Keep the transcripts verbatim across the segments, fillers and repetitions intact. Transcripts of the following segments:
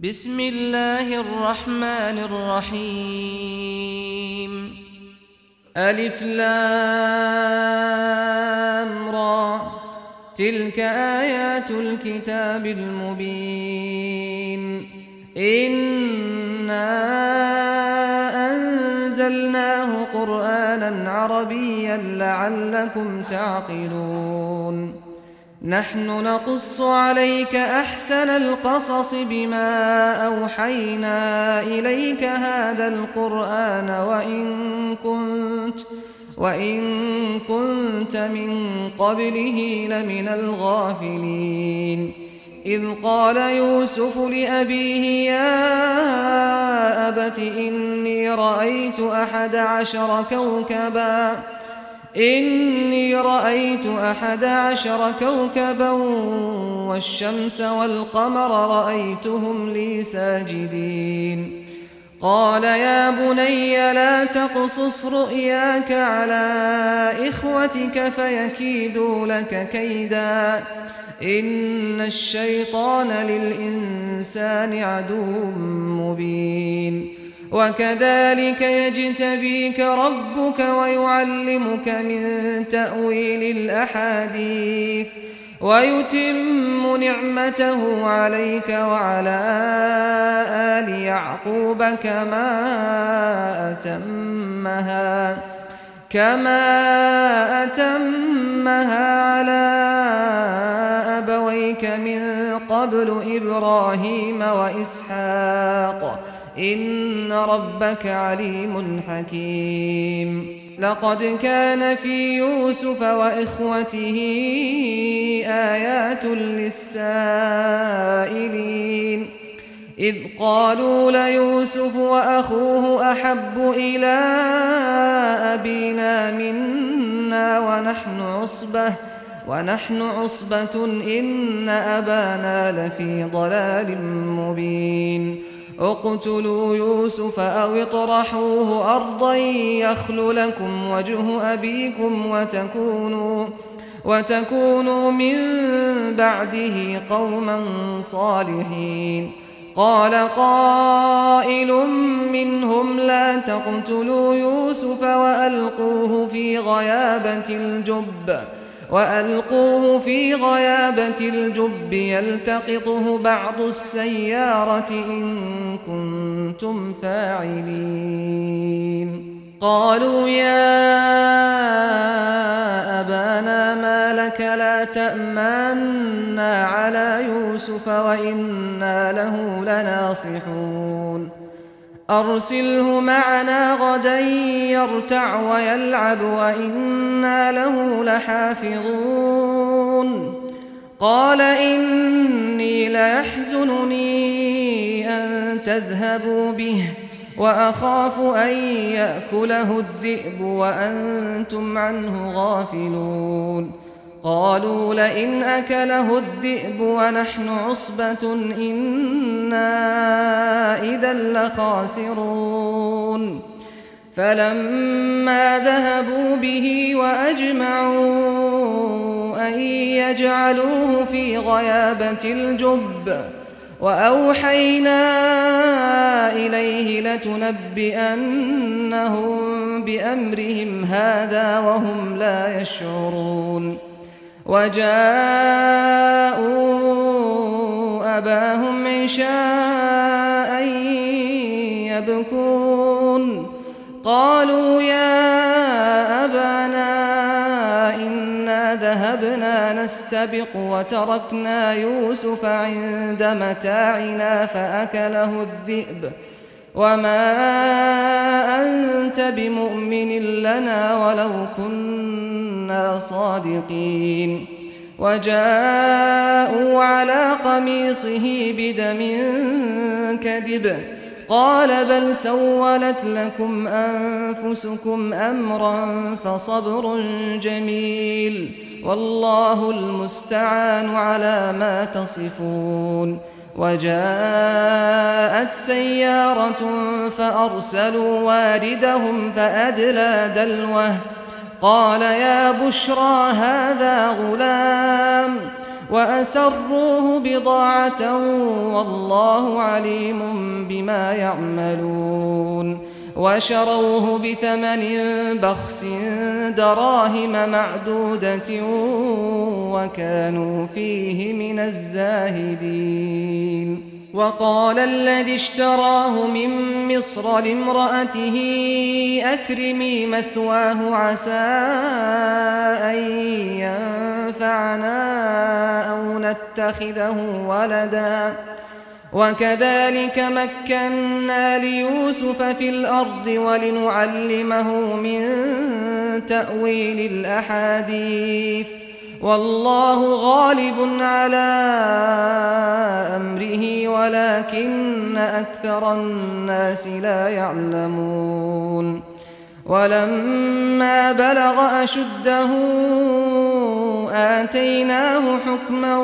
بسم الله الرحمن الرحيم. ألف لام را، تلك آيات الكتاب المبين. إنا أنزلناه قرآنا عربيا لعلكم تعقلون. نحن نقص عليك أحسن القصص بما أوحينا إليك هذا القرآن وإن كنت وإن كنت من قبله لمن الغافلين. إذ قال يوسف لأبيه يا أبت إني رأيت أحد عشر كوكبا إني رأيت أحد عشر كوكبا والشمس والقمر رأيتهم لي ساجدين. قال يا بني لا تقصص رؤياك على إخوتك فيكيدوا لك كيدا إن الشيطان للإنسان عدو مبين. وكذلك يجتبيك ربك ويعلمك من تأويل الأحاديث ويتم نعمته عليك وعلى آل يعقوب كما أتمها كما أتمها على أبويك من قبل إبراهيم وإسحاق إن ربك عليم حكيم. لقد كان في يوسف وإخوته آيات للسائلين إذ قالوا ليوسف وأخوه أحب إلى أبينا منا ونحن عصبة ونحن عصبة إن أبانا لفي ضلال مبين. اقتلوا يوسف أو اطرحوه أرضا يخل لكم وجه أبيكم وتكونوا, وتكونوا من بعده قوما صالحين. قال قائل منهم لا تقتلوا يوسف وألقوه في غيابة الجب وألقوه في غيابة الجب يلتقطه بعض السيارة إن كنتم فاعلين. قالوا يا أبانا ما لك لا تأمنا على يوسف وإنا له لناصحون. أرسله معنا غدا يرتع ويلعب وإنا له لحافظون. قال إني ليحزنني أن تذهبوا به وأخاف أن يأكله الذئب وأنتم عنه غافلون. قالوا لئن أكله الذئب ونحن عصبة إنا إذا لخاسرون. فلما ذهبوا به وأجمعوا أن يجعلوه في غيابة الجب وأوحينا إليه لتنبئنهم بأمرهم هذا وهم لا يشعرون. وجاءوا أباهم عشاء يبكون. قالوا يا أبانا إنا ذهبنا نستبق وتركنا يوسف عند متاعنا فأكله الذئب وما أنت بمؤمن لنا ولو كنا صادقين. وجاءوا على قميصه بدم كذب قال بل سولت لكم أنفسكم أمرا فصبر جميل والله المستعان على ما تصفون. وجاءت سيارة فأرسلوا واردهم فأدلى دلوه قال يا بشرى هذا غلام وأسروه بضاعة والله عليم بما يعملون وشروه بثمن بخس دراهم معدودة وكانوا فيه من الزاهدين. وقال الذي اشتراه من مصر لامرأته أكرمي مثواه عسى أن ينفعنا أو نتخذه ولدا وكذلك مكنا ليوسف في الأرض ولنعلمه من تأويل الأحاديث والله غالب على أمره ولكن أكثر الناس لا يعلمون. ولما بلغ أشده آتيناه حكما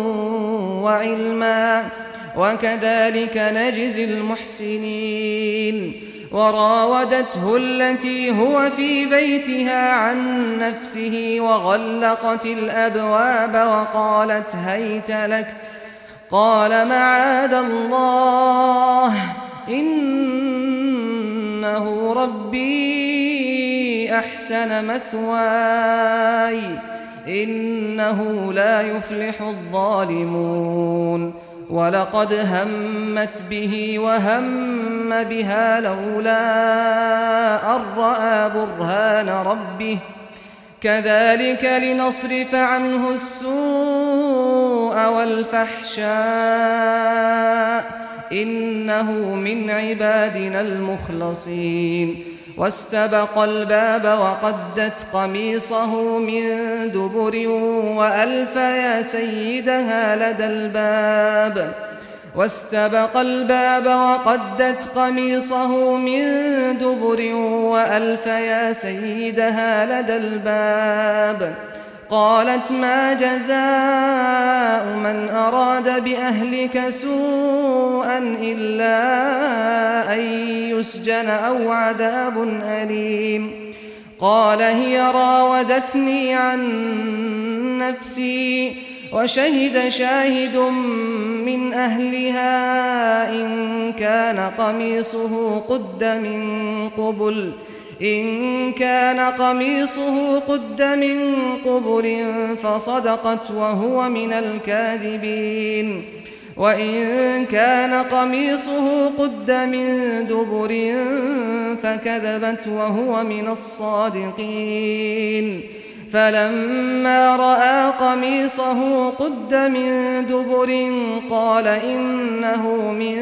وعلما وكذلك نجزي المحسنين. وراودته التي هو في بيتها عن نفسه وغلقت الأبواب وقالت هيت لك قال معاذ الله إنه ربي أحسن مثواي إنه لا يفلح الظالمون. ولقد همت به وهم بها لولا أن رأى برهان ربه كذلك لنصرف عنه السوء والفحشاء إنه من عبادنا المخلصين. واستبق الباب وقدت قميصه من دبر وألف يا سيدها لدى الباب واستبق الباب وقدت قميصه من دبر وألف يا سيدها لدى الباب قالت ما جزاء من أراد بأهلك سوءا إلا أن يسجن أو عذاب أليم. قال هي راودتني عن نفسي وشهد شاهد من أهلها إن كان قميصه قد من قبل إن كان قميصه قد من قبل فصدقت وهو من الكاذبين وإن كان قميصه قد من دبر فكذبت وهو من الصادقين. فلما رأى قميصه قد من دبر قال إنه من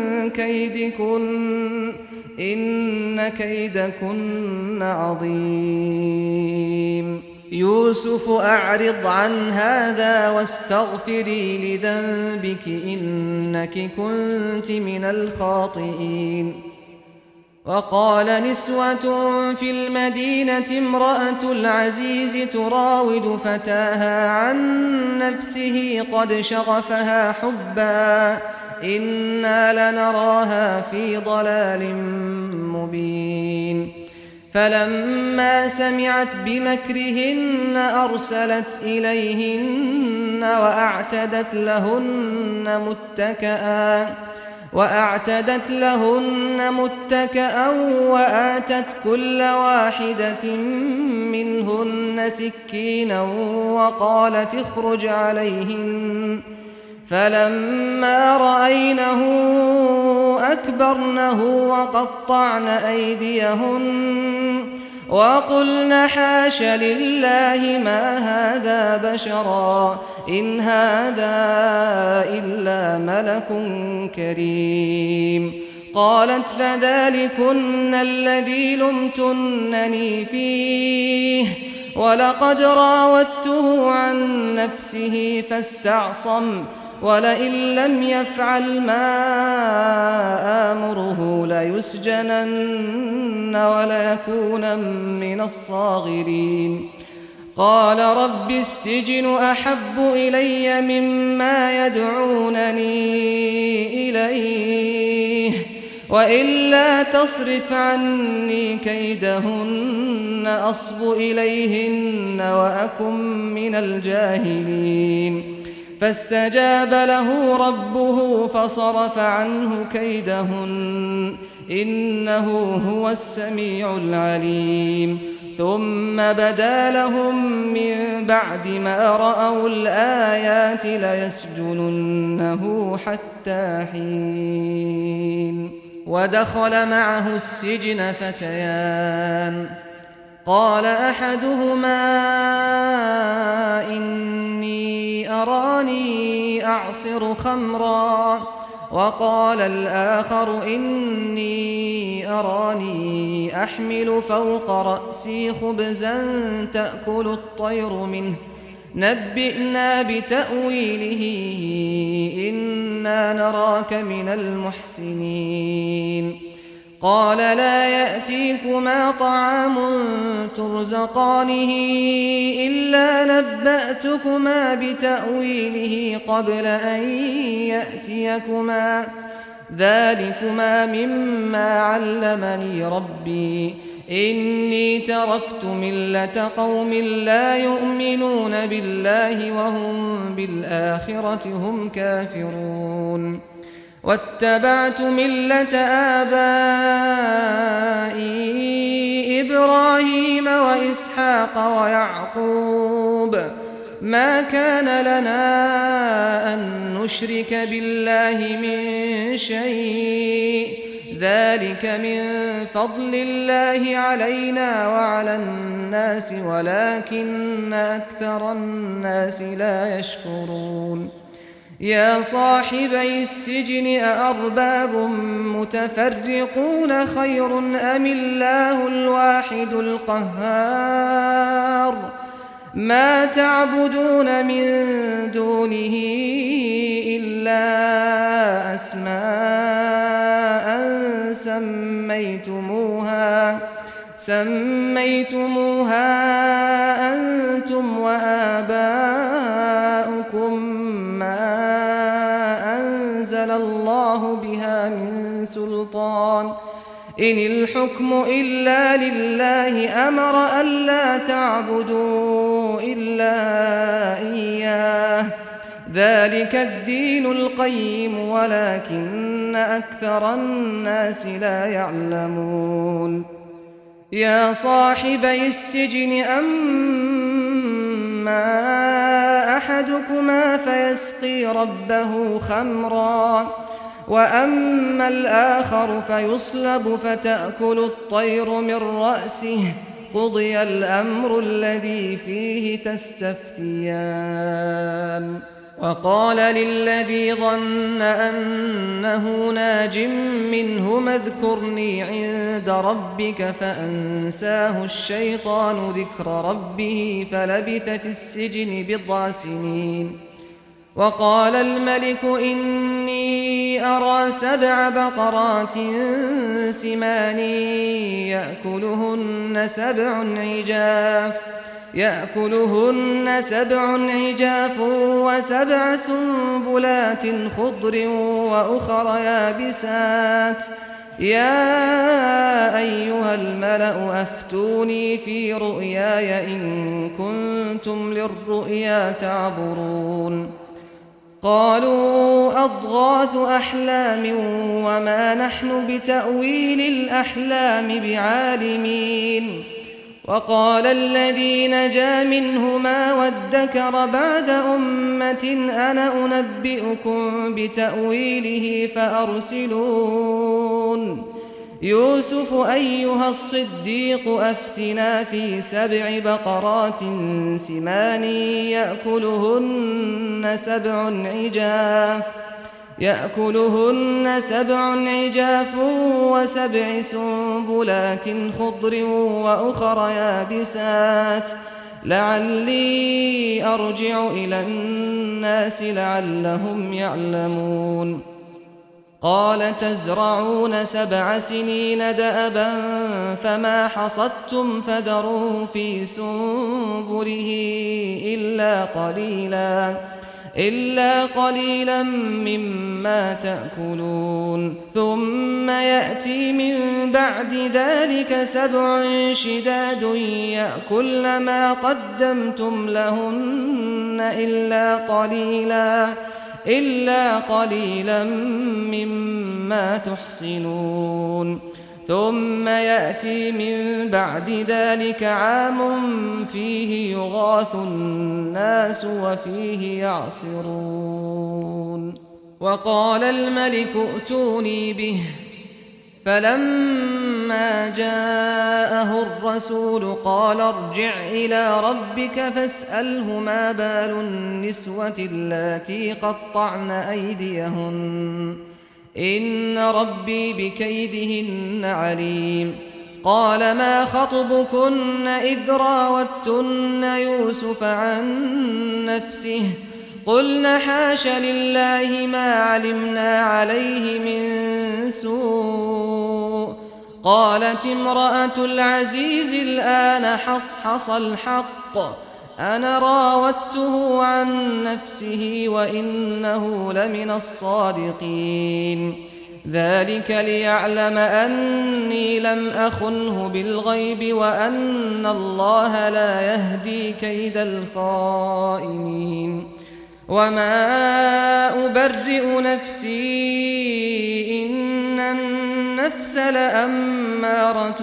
كيدكن إن كيدكن عظيم. يوسف أعرض عن هذا واستغفري لذنبك إنك كنت من الخاطئين. وقال نسوة في المدينة امرأة العزيز تراود فتاها عن نفسه قد شغفها حبا إنا لنراها في ضلال مبين. فلما سمعت بمكرهن أرسلت إليهن وأعتدت لهن متكئا وأعتدت لهن متكئا وآتت كل واحدة منهن سكينا وقالت اخرج عليهن. فلما رأينه أكبرنه وقطعن أيديهن وقلن حاش لله ما هذا بشرا إن هذا إلا ملك كريم. قالت فذلكن الذي لمتنني فيه ولقد راودته عن نفسه فاستعصم ولئن لم يفعل ما آمره ليسجنن وليكون من الصاغرين. قال رب السجن أحب إلي مما يدعونني إليه وإلا تصرف عني كيدهن أصب إليهن وأكن من الجاهلين. فاستجاب له ربه فصرف عنه كيدهن إنه هو السميع العليم ثم بدا لهم من بعد ما رأوا الآيات ليسجننه حتى حين ودخل معه السجن فتيان قال أحدهما إني أراني أعصر خمرا وقال الآخر إني أراني أحمل فوق رأسي خبزا تأكل الطير منه نبئنا بتأويله إنا نراك من المحسنين قال لا يأتيكما طعام ترزقانه إلا نبأتكما بتأويله قبل أن يأتيكما ذلكما مما علمني ربي إني تركت ملة قوم لا يؤمنون بالله وهم بالآخرة هم كافرون واتبعت ملة آبائي إبراهيم وإسحاق ويعقوب ما كان لنا أن نشرك بالله من شيء ذلك من فضل الله علينا وعلى الناس ولكن أكثر الناس لا يشكرون يا صاحبي السجن أأرباب متفرقون خير أم الله الواحد القهار ما تعبدون من دونه إلا أسماء سميتموها سميتموها أنتم وآباؤكم ما أنزل الله بها من سلطان إن الحكم إلا لله أمر ألا تعبدوا إلا إياه ذلك الدين القيم ولكن أكثر الناس لا يعلمون يا صاحبي السجن أما أحدكما فيسقي ربه خمرا وأما الآخر فيصلب فتأكل الطير من رأسه قضي الأمر الذي فيه تستفتيان وقال للذي ظن أنه ناج منهما اذكرني عند ربك فأنساه الشيطان ذكر ربه فلبث في السجن بضع سنين وقال الملك إني أرى سبع بقرات سمان يأكلهن سبع عجاف يأكلهن سبع عجاف وسبع سنبلات خضر وأخر يابسات يا أيها الملأ أفتوني في رؤياي إن كنتم للرؤيا تعبرون قالوا أضغاث أحلام وما نحن بتأويل الأحلام بعالمين وقال الذي نجا منهما وادكر بعد أمة أنا أنبئكم بتأويله فأرسلون يوسف أيها الصديق أفتنا في سبع بقرات سمان يأكلهن سبع عجاف يأكلهن سبع عجاف وسبع سنبلات خضر وأخر يابسات لعلي أرجع إلى الناس لعلهم يعلمون قال تزرعون سبع سنين دأبا فما حصدتم فذروه في سنبله إلا قليلا إلا قليلا مما تأكلون ثم يأتي من بعد ذلك سبع شداد يأكلن ما قدمتم لهن إلا قليلا إلا قليلا مما تحصنون ثم يأتي من بعد ذلك عام فيه يغاث الناس وفيه يعصرون وقال الملك ائتوني به فلما جاءه الرسول قال ارجع إلى ربك فاسأله ما بال النسوة اللاتي قطعن أيديهن إن ربي بكيدهن عليم قال ما خطبكن إذ راوتن يوسف عن نفسه قلن حاش لله ما علمنا عليه من سوء قالت امرأة العزيز الآن حصحص الحق أنا راودته عن نفسه وإنه لمن الصادقين ذلك ليعلم أني لم أخنه بالغيب وأن الله لا يهدي كيد الخائنين وما أبرئ نفسي إن النفس لأمارة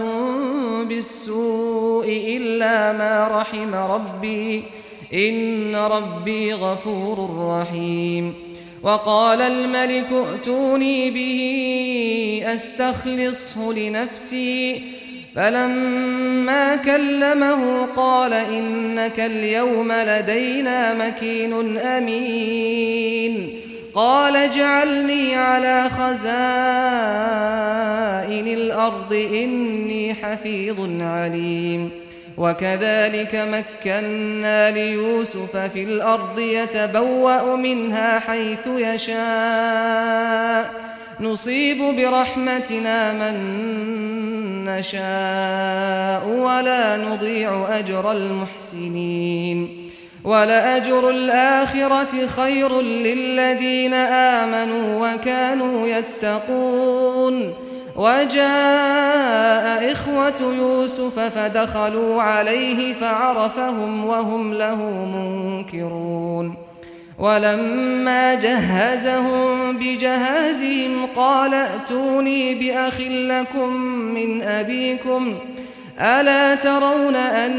بالسوء إلا ما رحم ربي إن ربي غفور رحيم وقال الملك ائتوني به أستخلصه لنفسي فلما كلمه قال إنك اليوم لدينا مكين أمين قال اجعلني على خزائن الأرض إني حفيظ عليم وكذلك مكنا ليوسف في الأرض يتبوأ منها حيث يشاء نصيب برحمتنا من نشاء ولا نضيع أجر المحسنين ولأجر الآخرة خير للذين آمنوا وكانوا يتقون وجاء إخوة يوسف فدخلوا عليه فعرفهم وهم له منكرون ولما جهزهم بجهازهم قال ائتوني بأخ لكم من أبيكم ألا ترون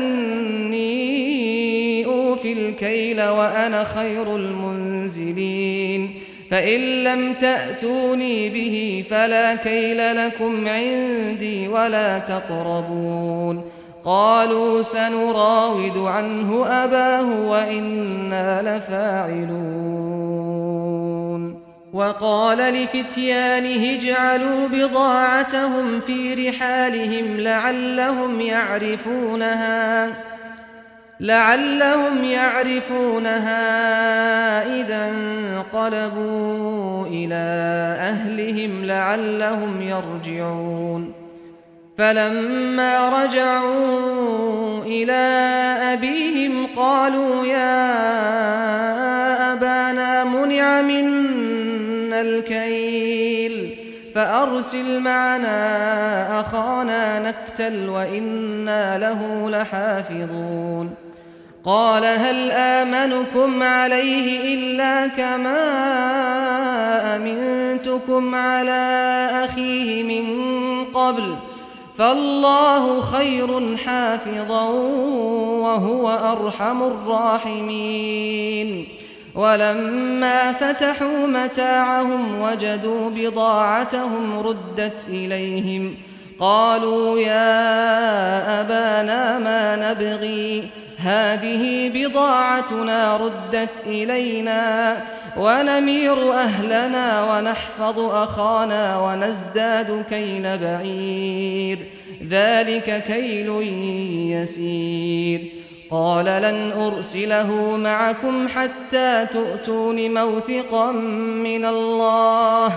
أني أوفي الكيل وأنا خير المنزلين فإن لم تأتوني به فلا كيل لكم عندي ولا تقربون قالوا سنراود عنه أباه وإنا لفاعلون وقال لفتيانه اجعلوا بضاعتهم في رحالهم لعلهم يعرفونها لعلهم يعرفونها إذا انقلبوا إلى أهلهم لعلهم يرجعون فلما رجعوا إلى أبيهم قالوا يا أبانا منع منا الكيل فأرسل معنا أخانا نكتل وإنا له لحافظون قال هل آمنكم عليه إلا كما أمنتكم على أخيه من قبل فالله خير حافظا وهو أرحم الراحمين ولما فتحوا متاعهم وجدوا بضاعتهم ردت إليهم قالوا يا أبانا ما نبغي هذه بضاعتنا ردت إلينا ونمير أهلنا ونحفظ أخانا ونزداد كيل بعير ذلك كيل يسير قال لن أرسله معكم حتى تؤتون موثقا من الله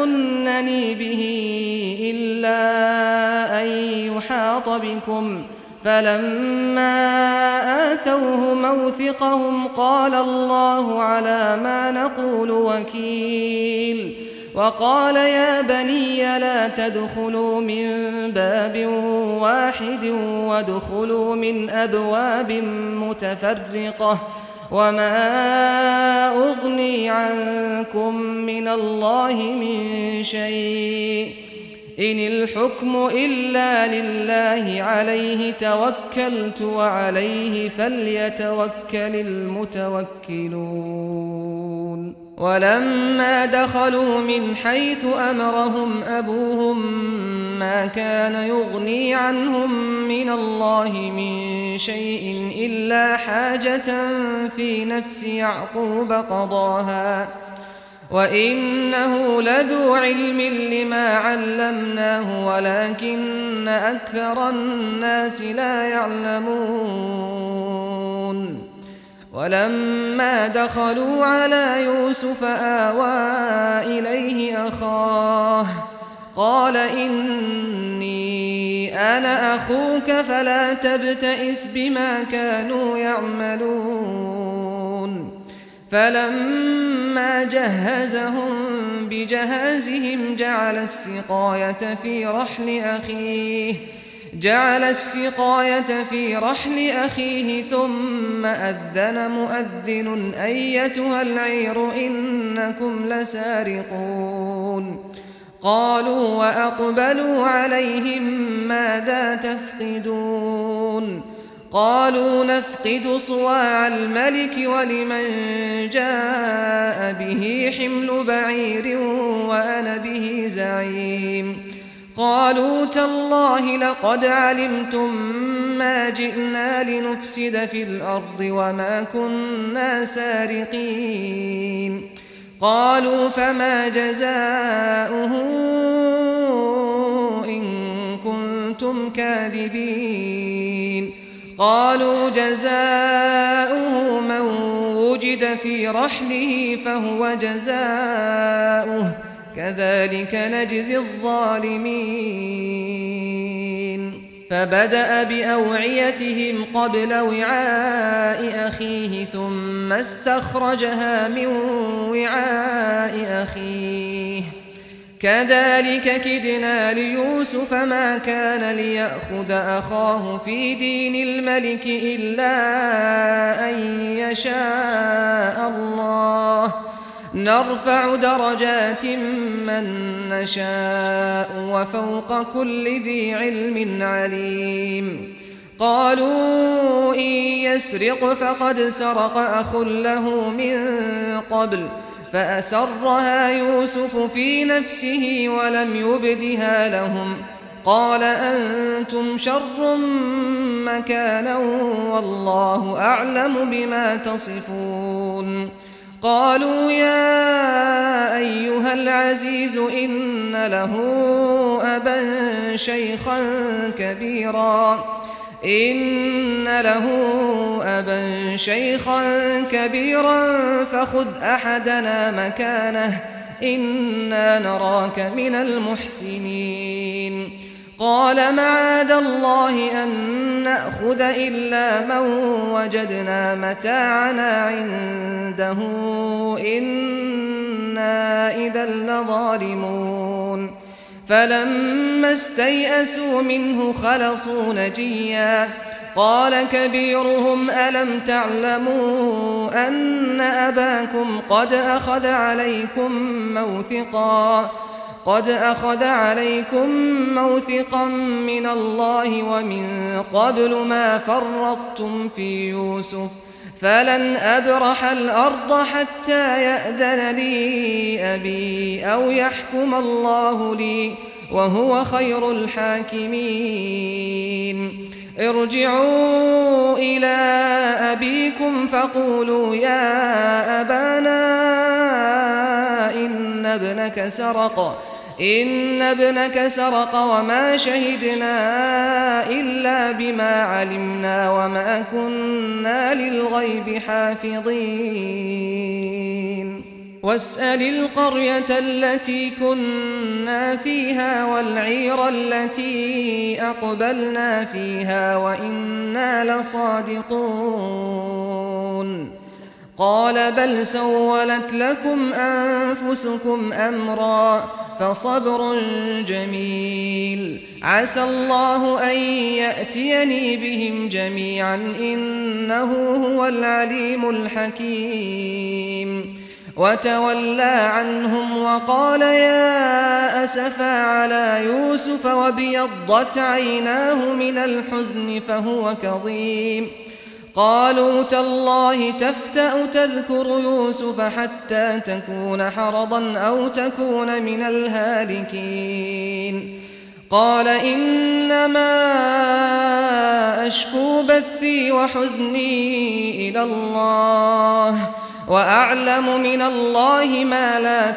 لتأتونني به إلا أن يحاط بكم فلما آتوه موثقهم قال الله على ما نقول وكيل وقال يا بني لا تدخلوا من باب واحد وادخلوا من أبواب متفرقة وما أغني عنكم من الله من شيء إن الحكم إلا لله عليه توكلت وعليه فليتوكل المتوكلون ولما دخلوا من حيث أمرهم أبوهم ما كان يغني عنهم من الله من شيء إلا حاجة في نفس يعقوب قضاها وإنه لذو علم لما علمناه ولكن أكثر الناس لا يعلمون ولما دخلوا على يوسف آوى إليه أخاه قال إني أنا أخوك فلا تبتئس بما كانوا يعملون فلما جهزهم بجهازهم جعل السقاية في رحل أخيه جعل السقاية في رحل أخيه ثم أذن مؤذن أيتها العير إنكم لسارقون قالوا وأقبلوا عليهم ماذا تفقدون قالوا نفقد صواع الملك ولمن جاء به حمل بعير وأنا به زعيم قالوا تالله لقد علمتم ما جئنا لنفسد في الأرض وما كنا سارقين قالوا فما جزاؤه إن كنتم كاذبين قالوا جزاؤه من وجد في رحله فهو جزاؤه كذلك نجزي الظالمين فبدأ بأوعيتهم قبل وعاء أخيه ثم استخرجها من وعاء أخيه كذلك كدنا ليوسف ما كان ليأخذ أخاه في دين الملك إلا أن يشاء الله نرفع درجات من نشاء وفوق كل ذي علم عليم قالوا إن يسرق فقد سرق أخ له من قبل فأسرها يوسف في نفسه ولم يبدها لهم قال أنتم شر مكانا والله أعلم بما تصفون قالوا يا أيها العزيز إن له أبا شيخا كبيرا إن له أبا شيخا كبيرا فخذ أحدنا مكانه إنا نراك من المحسنين قال معاذ الله أن نأخذ إلا من وجدنا متاعنا عنده إنا إذا لظالمون فلما استيئسوا منه خلصوا نجيا قال كبيرهم ألم تعلموا أن أباكم قد أخذ عليكم موثقا قد أخذ عليكم موثقا من الله ومن قبل ما فرطتم في يوسف فلن أبرح الأرض حتى يأذن لي أبي أو يحكم الله لي وهو خير الحاكمين ارجعوا إلى أبيكم فقولوا يا أبانا إن ابنك سرق إن ابنك سرق وما شهدنا إلا بما علمنا وما كنا للغيب حافظين واسأل القرية التي كنا فيها والعير التي أقبلنا فيها وإنا لصادقون قال بل سولت لكم أنفسكم أمرا فصبر جميل عسى الله أن يأتيني بهم جميعا إنه هو العليم الحكيم وتولى عنهم وقال يا أسفا على يوسف وابيضت عيناه من الحزن فهو كظيم قالوا تالله تفتأ تذكر يوسف حتى تكون حرضا أو تكون من الهالكين قال إنما أشكو بثي وحزني إلى الله وأعلم من الله ما لا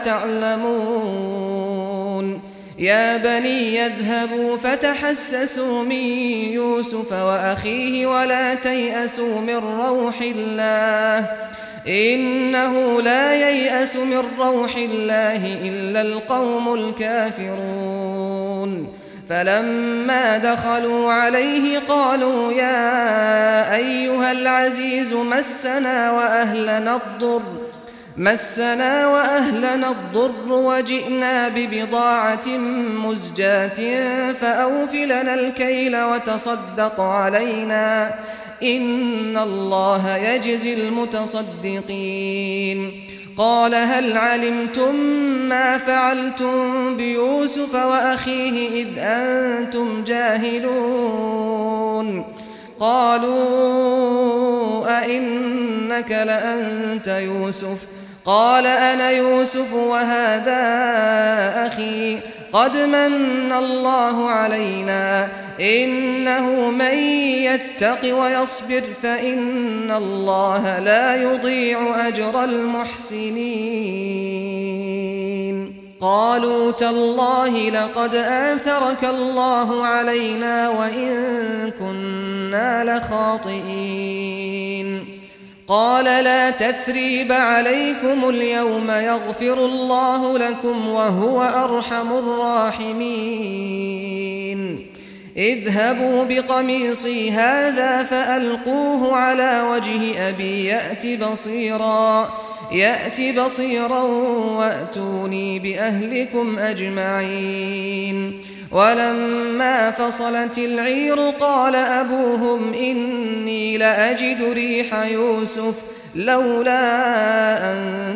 تعلمون يا بني يذهبوا فتحسسوا من يوسف وأخيه ولا تيأسوا من روح الله إنه لا ييأس من روح الله إلا القوم الكافرون فلما دخلوا عليه قالوا يا أيها العزيز مسنا وأهلنا الضر مسنا وأهلنا الضر وجئنا ببضاعة مزجاة فأوف لنا الكيل وتصدق علينا إن الله يجزي المتصدقين قال هل علمتم ما فعلتم بيوسف وأخيه إذ أنتم جاهلون قالوا أئنك لأنت يوسف قال أنا يوسف وهذا أخي قد من الله علينا إنه من يتق ويصبر فإن الله لا يضيع أجر المحسنين قالوا تالله لقد آثرك الله علينا وإن كنا لخاطئين قال لا تثريب عليكم اليوم يغفر الله لكم وهو أرحم الراحمين اذهبوا بقميصي هذا فألقوه على وجه أبي يأت بصيرا يأت بصيرا وأتوني بأهلكم أجمعين ولما فصلت العير قال أبوهم إني لأجد ريح يوسف لولا أن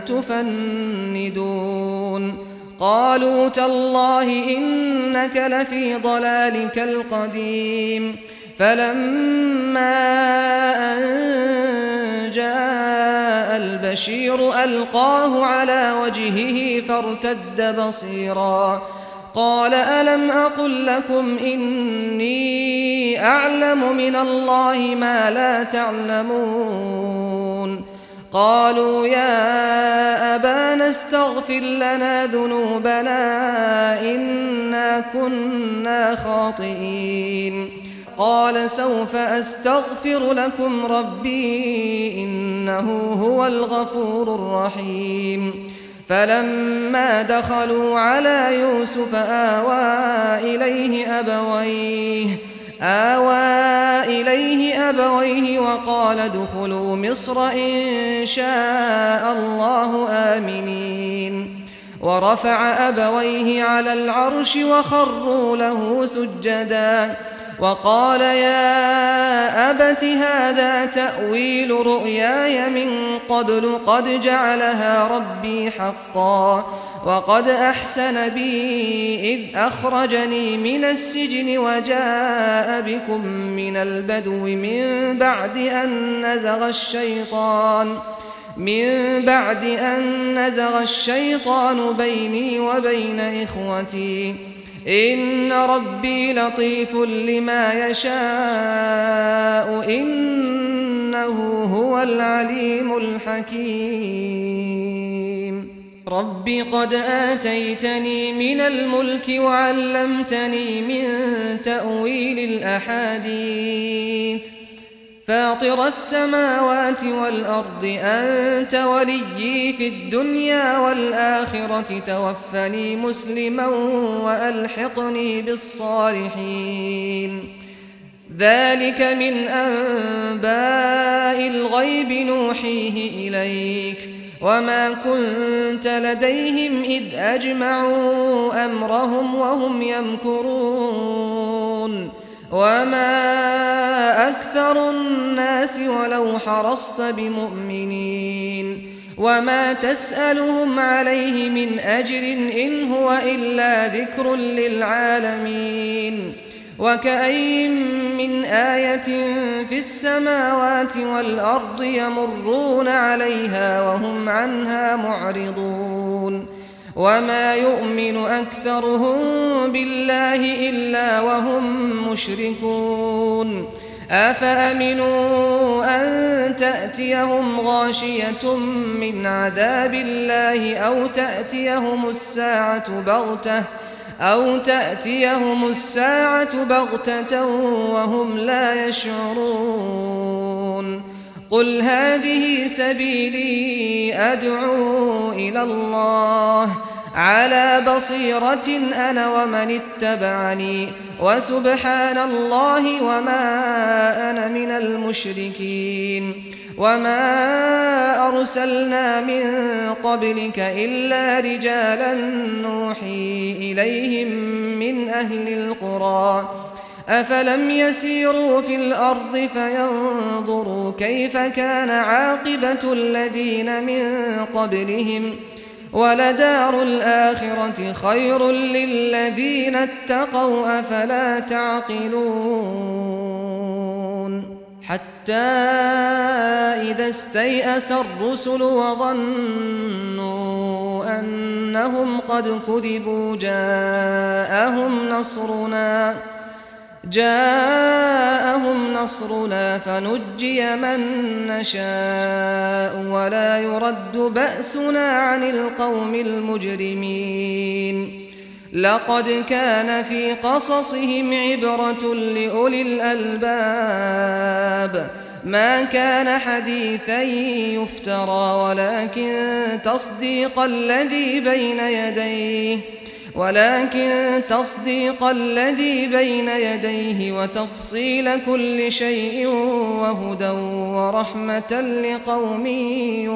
تفندون قالوا تالله إنك لفي ضلالك القديم فلما أن جاء البشير ألقاه على وجهه فارتد بصيرا قال ألم أقل لكم إني أعلم من الله ما لا تعلمون قالوا يا أبانا استغفر لنا ذنوبنا إنا كنا خاطئين قال سوف أستغفر لكم ربي إنه هو الغفور الرحيم فلما دخلوا على يوسف آوى إليه أبويه آوى إليه أبويه وقال ادخلوا مصر إن شاء الله آمنين ورفع أبويه على العرش وخروا له سجدا وقال يا أبت هذا تأويل رؤياي من قبل قد جعلها ربي حقا وقد أحسن بي إذ أخرجني من السجن وجاء بكم من البدو من بعد أن نزغ الشيطان من بعد أن نزغ الشيطان بيني وبين إخوتي إن ربي لطيف لما يشاء إنه هو العليم الحكيم رب قد آتيتني من الملك وعلمتني من تأويل الأحاديث فاطر السماوات والأرض أنت وليي في الدنيا والآخرة توفني مسلما وألحقني بالصالحين ذلك من أنباء الغيب نوحيه إليك وما كنت لديهم إذ أجمعوا أمرهم وهم يمكرون وما أكثر الناس ولو حرصت بمؤمنين وما تسألهم عليه من أجر إن هو إلا ذكر للعالمين وكأين من آية في السماوات والأرض يمرون عليها وهم عنها معرضون وما يؤمن أكثرهم بالله إلا وهم مشركون أفأمنوا أن تأتيهم غاشية من عذاب الله أو تأتيهم الساعة بغتة أو تأتيهم الساعة بغتة وهم لا يشعرون قل هذه سبيلي أدعو إلى الله على بصيرة أنا ومن اتبعني وسبحان الله وما أنا من المشركين وما أرسلنا من قبلك إلا رجالا نوحي إليهم من أهل القرى أفلم يسيروا في الأرض فينظروا كيف كان عاقبة الذين من قبلهم ولدار الآخرة خير للذين اتقوا أفلا تعقلون حتى إذا استيأس الرسل وظنوا أنهم قد كذبوا جاءهم نصرنا جاءهم نصرنا فنجي من نشاء ولا يرد بأسنا عن القوم المجرمين لقد كان في قصصهم عبرة لأولي الألباب ما كان حديثا يفترى ولكن تصديق الذي بين يديه ولكن تصديق الذي بين يديه وتفصيل كل شيء وهدى ورحمة لقوم